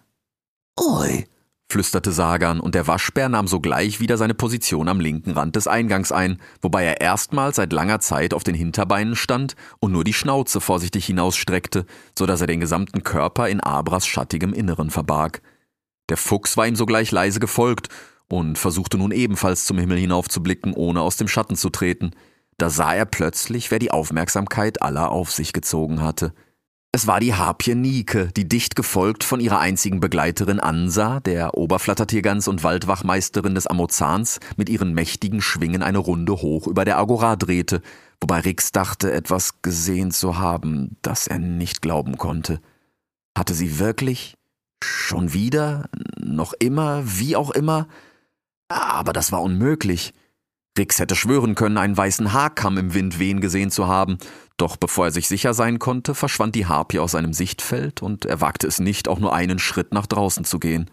Ui, Flüsterte Sagan, und der Waschbär nahm sogleich wieder seine Position am linken Rand des Eingangs ein, wobei er erstmals seit langer Zeit auf den Hinterbeinen stand und nur die Schnauze vorsichtig hinausstreckte, so dass er den gesamten Körper in Abras schattigem Inneren verbarg. Der Fuchs war ihm sogleich leise gefolgt und versuchte nun ebenfalls zum Himmel hinaufzublicken, ohne aus dem Schatten zu treten. Da sah er plötzlich, wer die Aufmerksamkeit aller auf sich gezogen hatte. Es war die Harpie Nike, die dicht gefolgt von ihrer einzigen Begleiterin Ansa, der Oberflattertiergans und Waldwachmeisterin des Amazons, mit ihren mächtigen Schwingen eine Runde hoch über der Agora drehte, wobei Rix dachte, etwas gesehen zu haben, das er nicht glauben konnte. Hatte sie wirklich? Schon wieder? Noch immer? Wie auch immer? Aber das war unmöglich. Rix hätte schwören können, einen weißen Haarkamm im Wind wehen gesehen zu haben, doch bevor er sich sicher sein konnte, verschwand die Harpie aus seinem Sichtfeld und er wagte es nicht, auch nur einen Schritt nach draußen zu gehen.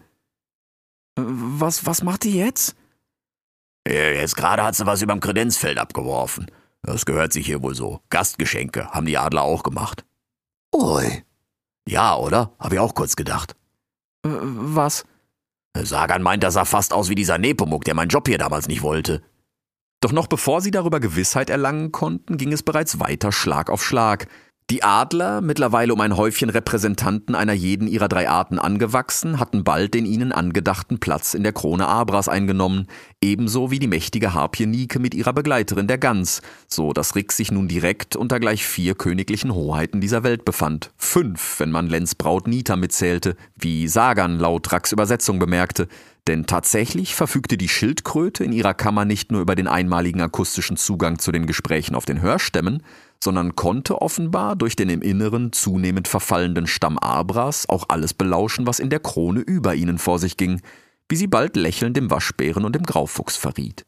Was macht die jetzt? Jetzt gerade hat sie was überm Kredenzfeld abgeworfen. Das gehört sich hier wohl so. Gastgeschenke haben die Adler auch gemacht. ui. Ja, oder? Hab ich auch kurz gedacht. Was? Sagan meint, das sah fast aus wie dieser Nepomuk, der meinen Job hier damals nicht wollte. Doch noch bevor sie darüber Gewissheit erlangen konnten, ging es bereits weiter Schlag auf Schlag. Die Adler, mittlerweile um ein Häufchen Repräsentanten einer jeden ihrer 3 Arten angewachsen, hatten bald den ihnen angedachten Platz in der Krone Abras eingenommen, ebenso wie die mächtige Harpie Nike mit ihrer Begleiterin der Gans, so dass Rix sich nun direkt unter gleich 4 königlichen Hoheiten dieser Welt befand. 5, wenn man Lens Braut Nita mitzählte, wie Sagan laut Rax Übersetzung bemerkte. Denn tatsächlich verfügte die Schildkröte in ihrer Kammer nicht nur über den einmaligen akustischen Zugang zu den Gesprächen auf den Hörstämmen, sondern konnte offenbar durch den im Inneren zunehmend verfallenden Stamm Abras auch alles belauschen, was in der Krone über ihnen vor sich ging, wie sie bald lächelnd dem Waschbären und dem Graufuchs verriet.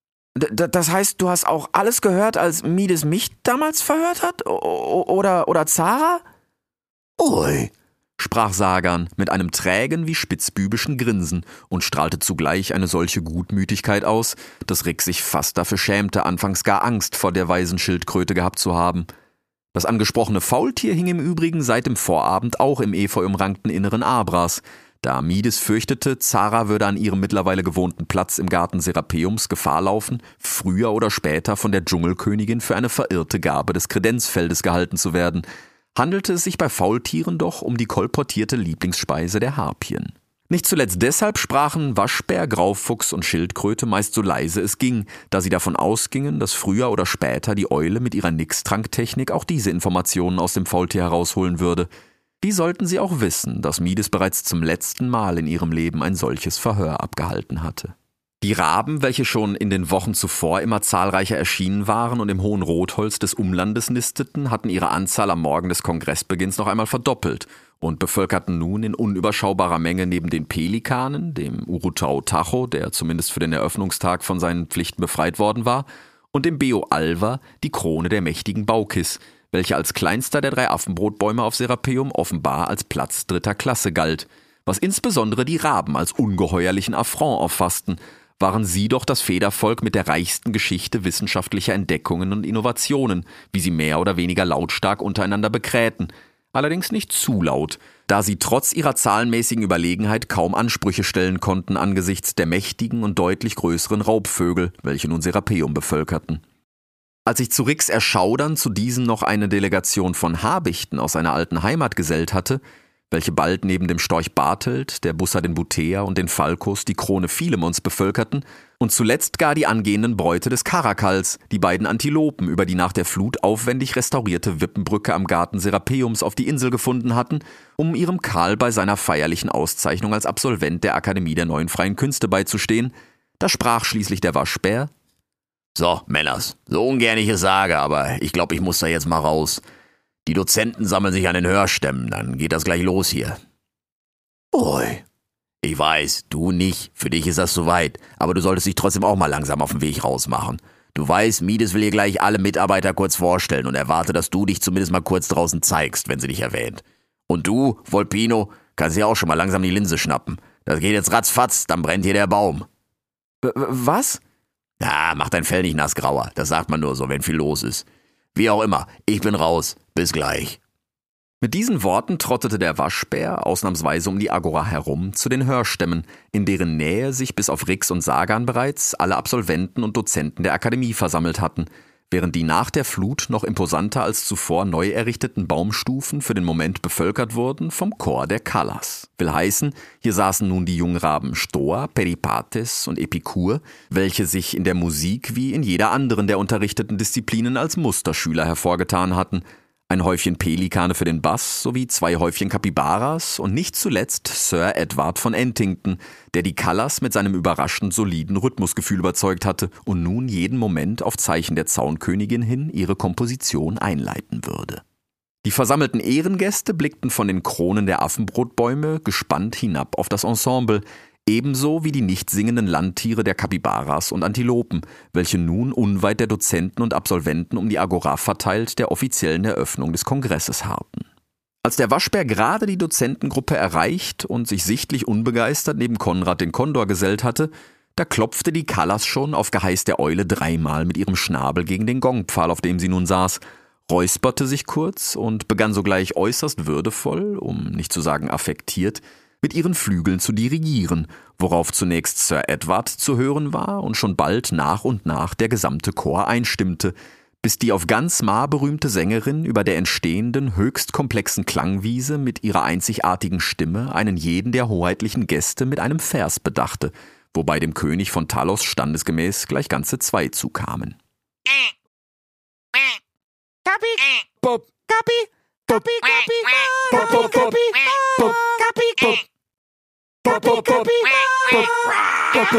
Das heißt, du hast auch alles gehört, als Mides mich damals verhört hat? Oder Zara? Ui, sprach Sagan mit einem trägen wie spitzbübischen Grinsen und strahlte zugleich eine solche Gutmütigkeit aus, dass Rick sich fast dafür schämte, anfangs gar Angst vor der weisen Schildkröte gehabt zu haben. Das angesprochene Faultier hing im Übrigen seit dem Vorabend auch im efeu-umrankten Inneren Abras, da Mides fürchtete, Zara würde an ihrem mittlerweile gewohnten Platz im Garten Serapeums Gefahr laufen, früher oder später von der Dschungelkönigin für eine verirrte Gabe des Kredenzfeldes gehalten zu werden, handelte es sich bei Faultieren doch um die kolportierte Lieblingsspeise der Harpien. Nicht zuletzt deshalb sprachen Waschbär, Graufuchs und Schildkröte meist so leise es ging, da sie davon ausgingen, dass früher oder später die Eule mit ihrer Nix-Trank-Technik auch diese Informationen aus dem Faultier herausholen würde. Wie sollten sie auch wissen, dass Mides bereits zum letzten Mal in ihrem Leben ein solches Verhör abgehalten hatte? Die Raben, welche schon in den Wochen zuvor immer zahlreicher erschienen waren und im hohen Rotholz des Umlandes nisteten, hatten ihre Anzahl am Morgen des Kongressbeginns noch einmal verdoppelt und bevölkerten nun in unüberschaubarer Menge neben den Pelikanen, dem Urutau Tacho, der zumindest für den Eröffnungstag von seinen Pflichten befreit worden war, und dem Beo Alva die Krone der mächtigen Baukis, welche als kleinster der 3 Affenbrotbäume auf Serapeum offenbar als Platz 3. Klasse galt, was insbesondere die Raben als ungeheuerlichen Affront auffassten, waren sie doch das Federvolk mit der reichsten Geschichte wissenschaftlicher Entdeckungen und Innovationen, wie sie mehr oder weniger lautstark untereinander bekrähten, allerdings nicht zu laut, da sie trotz ihrer zahlenmäßigen Überlegenheit kaum Ansprüche stellen konnten angesichts der mächtigen und deutlich größeren Raubvögel, welche nun Serapeum bevölkerten. Als sich zu Ricks Erschaudern zu diesen noch eine Delegation von Habichten aus seiner alten Heimat gesellt hatte, welche bald neben dem Storch Bartelt, der Bussa den Butea und den Falkus die Krone Philemons bevölkerten und zuletzt gar die angehenden Bräute des Karakals, die beiden Antilopen, über die nach der Flut aufwendig restaurierte Wippenbrücke am Garten Serapeums auf die Insel gefunden hatten, um ihrem Karl bei seiner feierlichen Auszeichnung als Absolvent der Akademie der Neuen Freien Künste beizustehen, da sprach schließlich der Waschbär: So, Männers, so ungern ich es sage, aber ich glaube, ich muss da jetzt mal raus. Die Dozenten sammeln sich an den Hörstämmen, dann geht das gleich los hier. ui. Ich weiß, du nicht, für dich ist das zu weit, aber du solltest dich trotzdem auch mal langsam auf den Weg rausmachen. Du weißt, Mides will hier gleich alle Mitarbeiter kurz vorstellen und erwarte, dass du dich zumindest mal kurz draußen zeigst, wenn sie dich erwähnt. Und du, Volpino, kannst dir auch schon mal langsam die Linse schnappen. Das geht jetzt ratzfatz, dann brennt hier der Baum. Was? Ja, mach dein Fell nicht nass grauer, das sagt man nur so, wenn viel los ist. Wie auch immer, ich bin raus. Bis gleich. Mit diesen Worten trottete der Waschbär ausnahmsweise um die Agora herum zu den Hörstämmen, in deren Nähe sich bis auf Rix und Sagan bereits alle Absolventen und Dozenten der Akademie versammelt hatten, während die nach der Flut noch imposanter als zuvor neu errichteten Baumstufen für den Moment bevölkert wurden vom Chor der Callas. Will heißen, hier saßen nun die Jungraben Stoa, Peripates und Epikur, welche sich in der Musik wie in jeder anderen der unterrichteten Disziplinen als Musterschüler hervorgetan hatten, ein Häufchen Pelikane für den Bass sowie 2 Häufchen Kapibaras und nicht zuletzt Sir Edward von Entington, der die Callas mit seinem überraschend soliden Rhythmusgefühl überzeugt hatte und nun jeden Moment auf Zeichen der Zaunkönigin hin ihre Komposition einleiten würde. Die versammelten Ehrengäste blickten von den Kronen der Affenbrotbäume gespannt hinab auf das Ensemble, ebenso wie die nicht singenden Landtiere der Kapibaras und Antilopen, welche nun unweit der Dozenten und Absolventen um die Agora verteilt der offiziellen Eröffnung des Kongresses harrten. Als der Waschbär gerade die Dozentengruppe erreicht und sich sichtlich unbegeistert neben Konrad den Kondor gesellt hatte, da klopfte die Callas schon auf Geheiß der Eule 3-mal mit ihrem Schnabel gegen den Gongpfahl, auf dem sie nun saß, räusperte sich kurz und begann sogleich äußerst würdevoll, um nicht zu sagen affektiert, mit ihren Flügeln zu dirigieren, worauf zunächst Sir Edward zu hören war und schon bald nach und nach der gesamte Chor einstimmte, bis die auf ganz Maar berühmte Sängerin über der entstehenden, höchst komplexen Klangwiese mit ihrer einzigartigen Stimme einen jeden der hoheitlichen Gäste mit einem Vers bedachte, wobei dem König von Talos standesgemäß gleich ganze 2 zukamen. Kapi, Bob, Kapi, Kapi, Kapi, Kapi, Kapi, Kapi,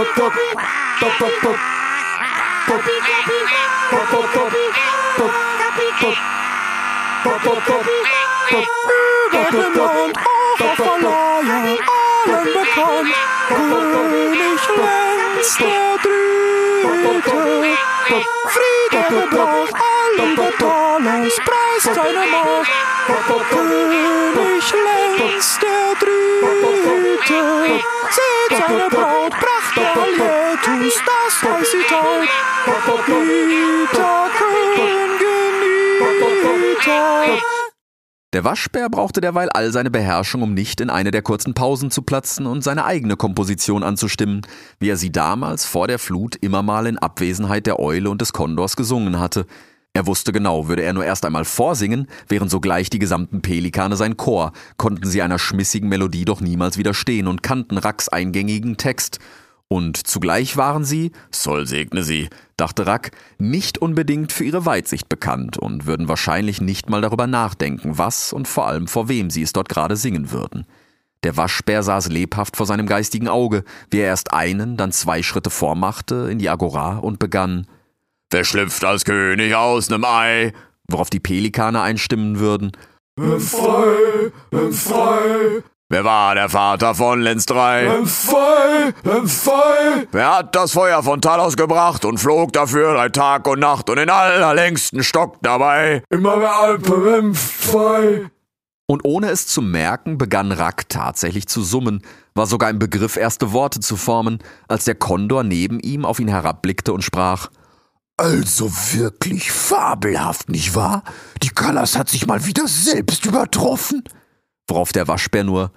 Kapi, Über dem Land, auch auf Verleihe, allen bekannt, König Lenz der Dritte. Friede gebracht, alle Talos preist seine Macht, König Lenz der Dritte. Seht seine Braut, Pracht der Alietus, das heißt sie taut, Ithaken genietet. Der Waschbär brauchte derweil all seine Beherrschung, um nicht in eine der kurzen Pausen zu platzen und seine eigene Komposition anzustimmen, wie er sie damals vor der Flut immer mal in Abwesenheit der Eule und des Kondors gesungen hatte. Er wusste genau, würde er nur erst einmal vorsingen, wären sogleich die gesamten Pelikane sein Chor, konnten sie einer schmissigen Melodie doch niemals widerstehen und kannten Racks eingängigen Text. Und zugleich waren sie, Sol segne sie, dachte Rack, nicht unbedingt für ihre Weitsicht bekannt und würden wahrscheinlich nicht mal darüber nachdenken, was und vor allem vor wem sie es dort gerade singen würden. Der Waschbär saß lebhaft vor seinem geistigen Auge, wie er erst einen, dann 2 Schritte vormachte in die Agora und begann: Wer schlüpft als König aus nem Ei? Worauf die Pelikane einstimmen würden: Frei, frei. Wer war der Vater von Lenz III? Frei. Wer hat das Feuer von Talos gebracht und flog dafür 3 Tag und Nacht und den allerlängsten Stock dabei? Immer wer Alpe, frei. Und ohne es zu merken, begann Rack tatsächlich zu summen, war sogar im Begriff, erste Worte zu formen, als der Kondor neben ihm auf ihn herabblickte und sprach: Also wirklich fabelhaft, nicht wahr? Die Callas hat sich mal wieder selbst übertroffen. Worauf der Waschbär nur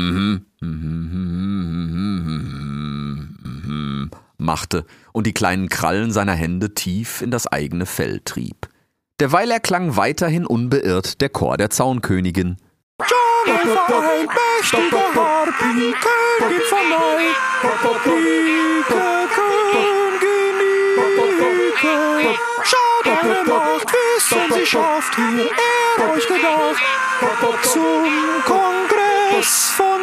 machte und die kleinen Krallen seiner Hände tief in das eigene Fell trieb. Derweil erklang weiterhin unbeirrt der Chor der Zaunkönigin. Ein mächtiger Harpy, Königin von Mai, Königin, schaut eure Macht, wissen sie schafft hier er euch gedacht, zum Kongress von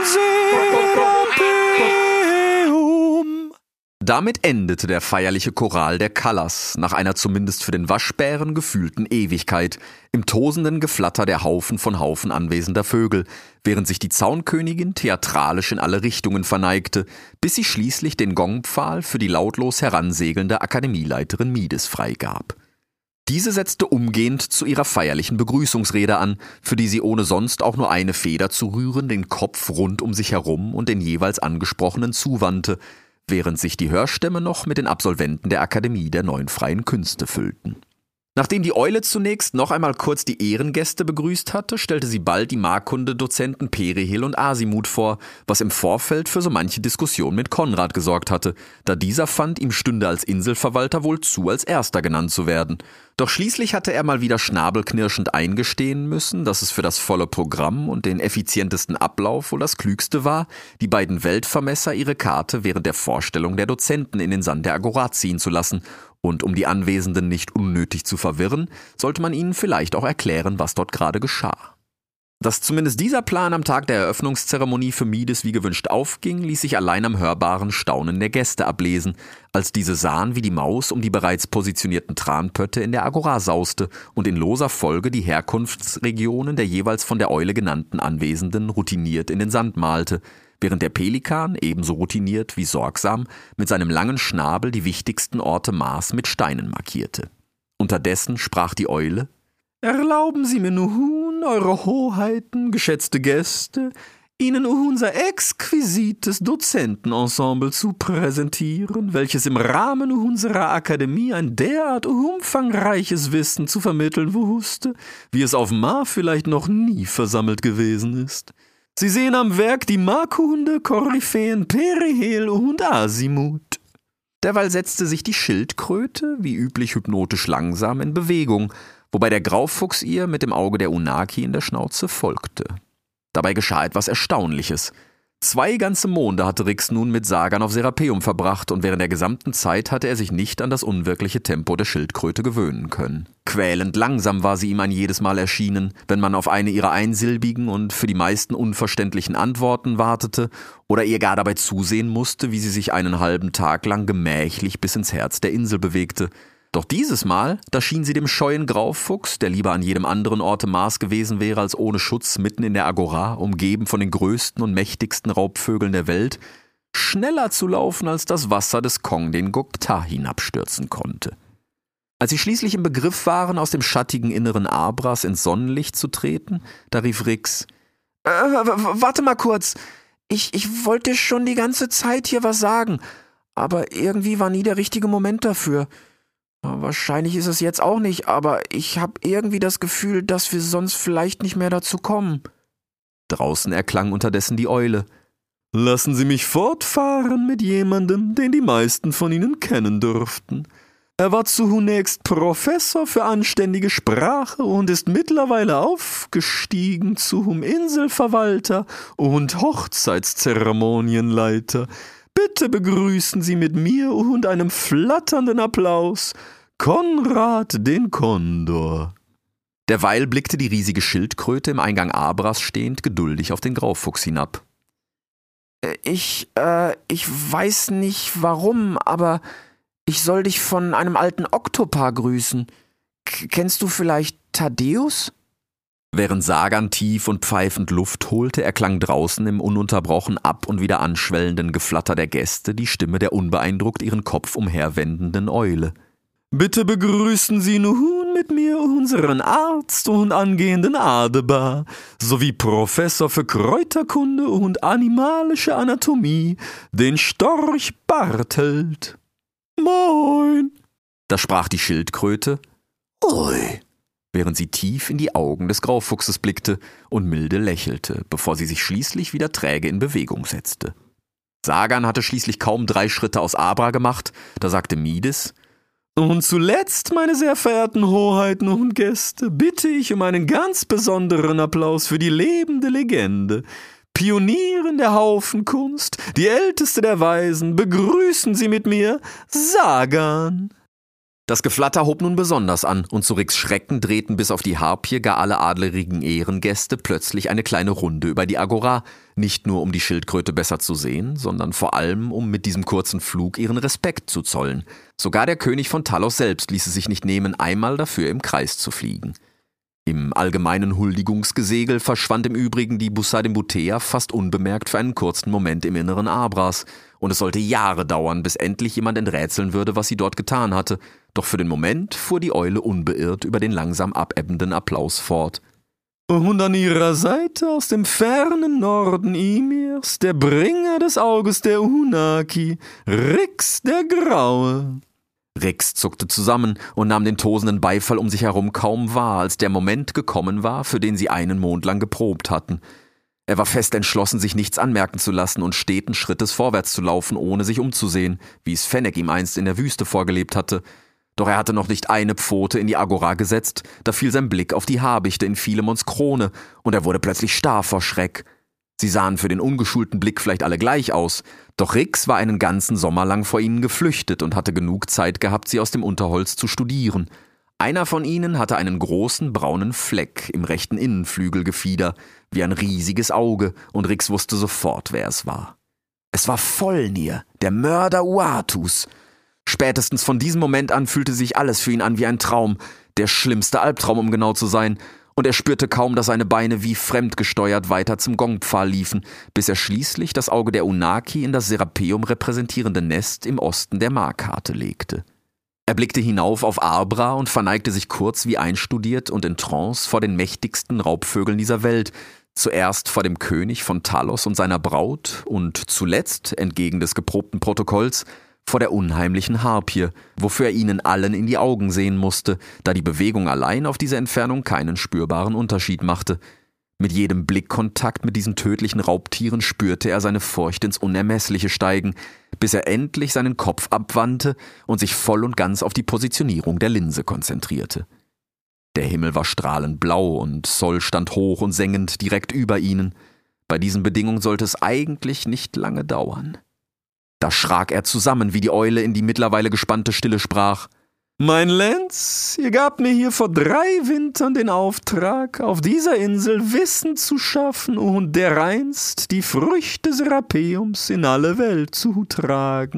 Serapeum. Damit endete der feierliche Choral der Callas nach einer zumindest für den Waschbären gefühlten Ewigkeit im tosenden Geflatter der Haufen von Haufen anwesender Vögel, während sich die Zaunkönigin theatralisch in alle Richtungen verneigte, bis sie schließlich den Gongpfahl für die lautlos heransegelnde Akademieleiterin Mides freigab. Diese setzte umgehend zu ihrer feierlichen Begrüßungsrede an, für die sie ohne sonst auch nur eine Feder zu rühren den Kopf rund um sich herum und den jeweils Angesprochenen zuwandte, während sich die Hörstämme noch mit den Absolventen der Akademie der Neuen Freien Künste füllten. Nachdem die Eule zunächst noch einmal kurz die Ehrengäste begrüßt hatte, stellte sie bald die Markkunde-Dozenten Perihel und Asimut vor, was im Vorfeld für so manche Diskussion mit Konrad gesorgt hatte, da dieser fand, ihm stünde als Inselverwalter wohl zu, als Erster genannt zu werden. Doch schließlich hatte er mal wieder schnabelknirschend eingestehen müssen, dass es für das volle Programm und den effizientesten Ablauf wohl das Klügste war, die beiden Weltvermesser ihre Karte während der Vorstellung der Dozenten in den Sand der Agora ziehen zu lassen, und um die Anwesenden nicht unnötig zu verwirren, sollte man ihnen vielleicht auch erklären, was dort gerade geschah. Dass zumindest dieser Plan am Tag der Eröffnungszeremonie für Mides wie gewünscht aufging, ließ sich allein am hörbaren Staunen der Gäste ablesen, als diese sahen, wie die Maus um die bereits positionierten Tranpötte in der Agora sauste und in loser Folge die Herkunftsregionen der jeweils von der Eule genannten Anwesenden routiniert in den Sand malte, während der Pelikan, ebenso routiniert wie sorgsam, mit seinem langen Schnabel die wichtigsten Orte Mars mit Steinen markierte. Unterdessen sprach die Eule: »Erlauben Sie mir nun, Eure Hoheiten, geschätzte Gäste, Ihnen unser exquisites Dozentenensemble zu präsentieren, welches im Rahmen unserer Akademie ein derart umfangreiches Wissen zu vermitteln wusste, wie es auf Mar vielleicht noch nie versammelt gewesen ist. Sie sehen am Werk die Markkunde-Koryphäen Perihel und Asimut.« Derweil setzte sich die Schildkröte, wie üblich hypnotisch langsam, in Bewegung, wobei der Graufuchs ihr mit dem Auge der Unaki in der Schnauze folgte. Dabei geschah etwas Erstaunliches. 2 ganze Monde hatte Rix nun mit Sagan auf Serapeum verbracht und während der gesamten Zeit hatte er sich nicht an das unwirkliche Tempo der Schildkröte gewöhnen können. Quälend langsam war sie ihm ein jedes Mal erschienen, wenn man auf eine ihrer einsilbigen und für die meisten unverständlichen Antworten wartete oder ihr gar dabei zusehen musste, wie sie sich einen halben Tag lang gemächlich bis ins Herz der Insel bewegte. Doch dieses Mal, da schien sie dem scheuen Graufuchs, der lieber an jedem anderen Orte Mars gewesen wäre als ohne Schutz mitten in der Agora, umgeben von den größten und mächtigsten Raubvögeln der Welt, schneller zu laufen, als das Wasser des Kong den Gokta hinabstürzen konnte. Als sie schließlich im Begriff waren, aus dem schattigen inneren Abras ins Sonnenlicht zu treten, da rief Rix: Warte mal kurz. Ich wollte schon die ganze Zeit hier was sagen, aber irgendwie war nie der richtige Moment dafür. Wahrscheinlich ist es jetzt auch nicht, aber ich habe irgendwie das Gefühl, dass wir sonst vielleicht nicht mehr dazu kommen. Draußen erklang unterdessen die Eule: »Lassen Sie mich fortfahren mit jemandem, den die meisten von Ihnen kennen dürften. Er war zunächst Professor für anständige Sprache und ist mittlerweile aufgestiegen zum Inselverwalter und Hochzeitszeremonienleiter. Bitte begrüßen Sie mit mir und einem flatternden Applaus Konrad den Kondor.« Derweil blickte die riesige Schildkröte im Eingang Abras stehend geduldig auf den Graufuchs hinab. Ich weiß nicht warum, aber ich soll dich von einem alten Oktopar grüßen. Kennst du vielleicht Thaddeus? Während Sagan tief und pfeifend Luft holte, erklang draußen im ununterbrochen ab und wieder anschwellenden Geflatter der Gäste die Stimme der unbeeindruckt ihren Kopf umherwendenden Eule. »Bitte begrüßen Sie nun mit mir unseren Arzt und angehenden Adebar sowie Professor für Kräuterkunde und animalische Anatomie, den Storch Bartelt.« »Moin«, da sprach die Schildkröte, Ui, während sie tief in die Augen des Graufuchses blickte und milde lächelte, bevor sie sich schließlich wieder träge in Bewegung setzte. Sagan hatte schließlich kaum 3 Schritte aus Abra gemacht, da sagte Mides: »Und zuletzt, meine sehr verehrten Hoheiten und Gäste, bitte ich um einen ganz besonderen Applaus für die lebende Legende. Pionierin der Haufenkunst, die älteste der Weisen, begrüßen Sie mit mir Sagan.« Das Geflatter hob nun besonders an, und zu Rix Schrecken drehten bis auf die Harpie gar alle adlerigen Ehrengäste plötzlich eine kleine Runde über die Agora, nicht nur um die Schildkröte besser zu sehen, sondern vor allem, um mit diesem kurzen Flug ihren Respekt zu zollen. Sogar der König von Talos selbst ließ es sich nicht nehmen, einmal dafür im Kreis zu fliegen. Im allgemeinen Huldigungsgesegel verschwand im Übrigen die Busadimbutea fast unbemerkt für einen kurzen Moment im inneren Abras, und es sollte Jahre dauern, bis endlich jemand enträtseln würde, was sie dort getan hatte. Doch für den Moment fuhr die Eule unbeirrt über den langsam abebbenden Applaus fort. »Und an ihrer Seite aus dem fernen Norden Imirs, der Bringer des Auges der Unaki, Rix der Graue.« Rix zuckte zusammen und nahm den tosenden Beifall um sich herum kaum wahr, als der Moment gekommen war, für den sie einen Mond lang geprobt hatten. Er war fest entschlossen, sich nichts anmerken zu lassen und steten Schrittes vorwärts zu laufen, ohne sich umzusehen, wie es Fennec ihm einst in der Wüste vorgelebt hatte. Doch er hatte noch nicht eine Pfote in die Agora gesetzt, da fiel sein Blick auf die Habichte in Philemons Krone, und er wurde plötzlich starr vor Schreck. Sie sahen für den ungeschulten Blick vielleicht alle gleich aus, doch Rix war einen ganzen Sommer lang vor ihnen geflüchtet und hatte genug Zeit gehabt, sie aus dem Unterholz zu studieren. Einer von ihnen hatte einen großen braunen Fleck im rechten Innenflügelgefieder, wie ein riesiges Auge, und Rix wusste sofort, wer es war. Es war Vollnir, der Mörder Uatus. Spätestens von diesem Moment an fühlte sich alles für ihn an wie ein Traum, der schlimmste Albtraum, um genau zu sein, und er spürte kaum, dass seine Beine wie fremdgesteuert weiter zum Gongpfahl liefen, bis er schließlich das Auge der Unaki in das Serapeum repräsentierende Nest im Osten der Markarte legte. Er blickte hinauf auf Abra und verneigte sich kurz wie einstudiert und in Trance vor den mächtigsten Raubvögeln dieser Welt, zuerst vor dem König von Talos und seiner Braut und zuletzt, entgegen des geprobten Protokolls, vor der unheimlichen Harpie, wofür er ihnen allen in die Augen sehen musste, da die Bewegung allein auf diese Entfernung keinen spürbaren Unterschied machte. Mit jedem Blickkontakt mit diesen tödlichen Raubtieren spürte er seine Furcht ins Unermessliche steigen, bis er endlich seinen Kopf abwandte und sich voll und ganz auf die Positionierung der Linse konzentrierte. Der Himmel war strahlend blau und Sol stand hoch und sengend direkt über ihnen. Bei diesen Bedingungen sollte es eigentlich nicht lange dauern. Da schrak er zusammen, wie die Eule in die mittlerweile gespannte Stille sprach. »Mein Lenz, ihr gabt mir hier vor 3 Wintern den Auftrag, auf dieser Insel Wissen zu schaffen und dereinst die Früchte Serapeums in alle Welt zu tragen.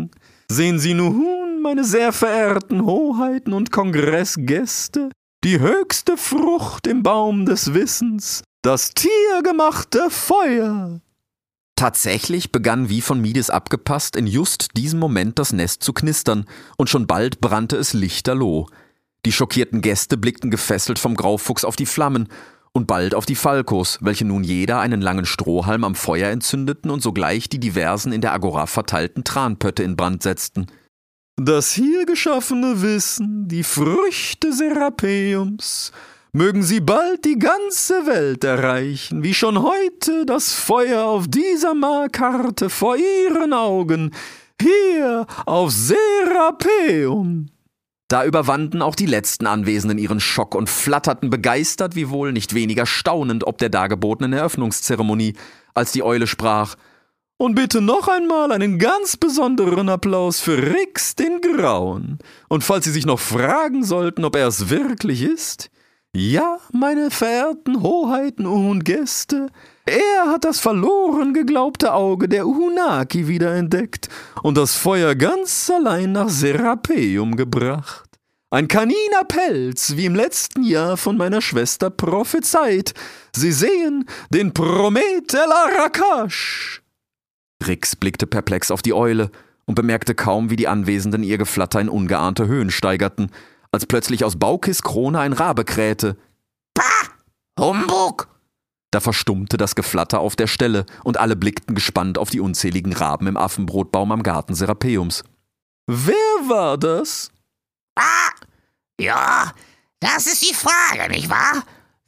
Sehen Sie nun, meine sehr verehrten Hoheiten und Kongressgäste, die höchste Frucht im Baum des Wissens, das tiergemachte Feuer. Tatsächlich begann wie von Mides abgepasst in just diesem Moment das Nest zu knistern, und schon bald brannte es lichterloh. Die schockierten Gäste blickten gefesselt vom Graufuchs auf die Flammen und bald auf die Falkos, welche nun jeder einen langen Strohhalm am Feuer entzündeten und sogleich die diversen in der Agora verteilten Tranpötte in Brand setzten. Das hier geschaffene Wissen, die Früchte Serapeums, mögen sie bald die ganze Welt erreichen, wie schon heute das Feuer auf dieser Markarte vor ihren Augen, hier auf Serapeum. Da überwanden auch die letzten Anwesenden ihren Schock und flatterten begeistert, wiewohl nicht weniger staunend ob der dargebotenen Eröffnungszeremonie, als die Eule sprach: Und bitte noch einmal einen ganz besonderen Applaus für Rix den Grauen. Und falls Sie sich noch fragen sollten, ob er es wirklich ist: Ja, meine verehrten Hoheiten und Gäste, er hat das verloren geglaubte Auge der Uhunaki wiederentdeckt und das Feuer ganz allein nach Serapeum gebracht. Ein Kaninerpelz, wie im letzten Jahr von meiner Schwester prophezeit. Sie sehen den Promet el Arakash. Rix blickte perplex auf die Eule und bemerkte kaum, wie die Anwesenden ihr Geflatter in ungeahnte Höhen steigerten, als plötzlich aus Baukis Krone ein Rabe krähte. Pah! Humbug! Da verstummte das Geflatter auf der Stelle und alle blickten gespannt auf die unzähligen Raben im Affenbrotbaum am Garten Serapeums. Wer war das? Ah! Ja, das ist die Frage, nicht wahr?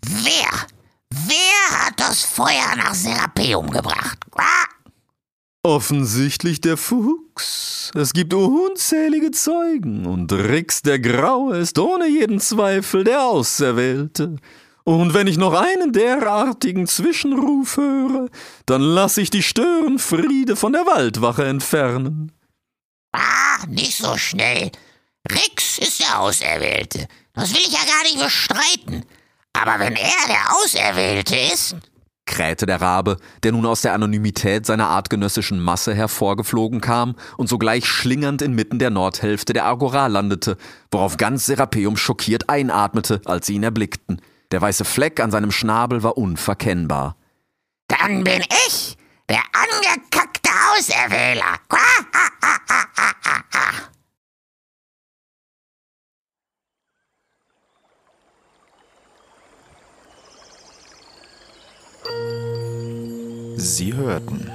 Wer hat das Feuer nach Serapeum gebracht? Ah! Offensichtlich der Fuchs. Es gibt unzählige Zeugen und Rix der Graue ist ohne jeden Zweifel der Auserwählte. Und wenn ich noch einen derartigen Zwischenruf höre, dann lasse ich die Störenfriede von der Waldwache entfernen. Ah, nicht so schnell. Rix ist der Auserwählte. Das will ich ja gar nicht bestreiten. Aber wenn er der Auserwählte ist... krähte der Rabe, der nun aus der Anonymität seiner artgenössischen Masse hervorgeflogen kam und sogleich schlingernd inmitten der Nordhälfte der Agora landete, worauf ganz Serapeum schockiert einatmete, als sie ihn erblickten. Der weiße Fleck an seinem Schnabel war unverkennbar. Dann bin ich der angekackte Auserwähler. Sie hörten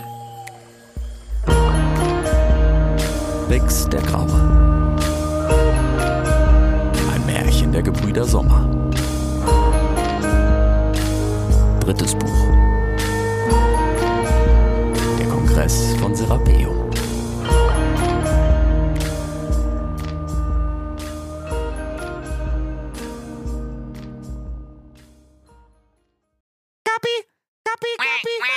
Rix der Graue. Ein Märchen der Gebrüder Sommer. 3. Buch. Der Kongress von Serapeum. Kapi, Kapi, Kapi.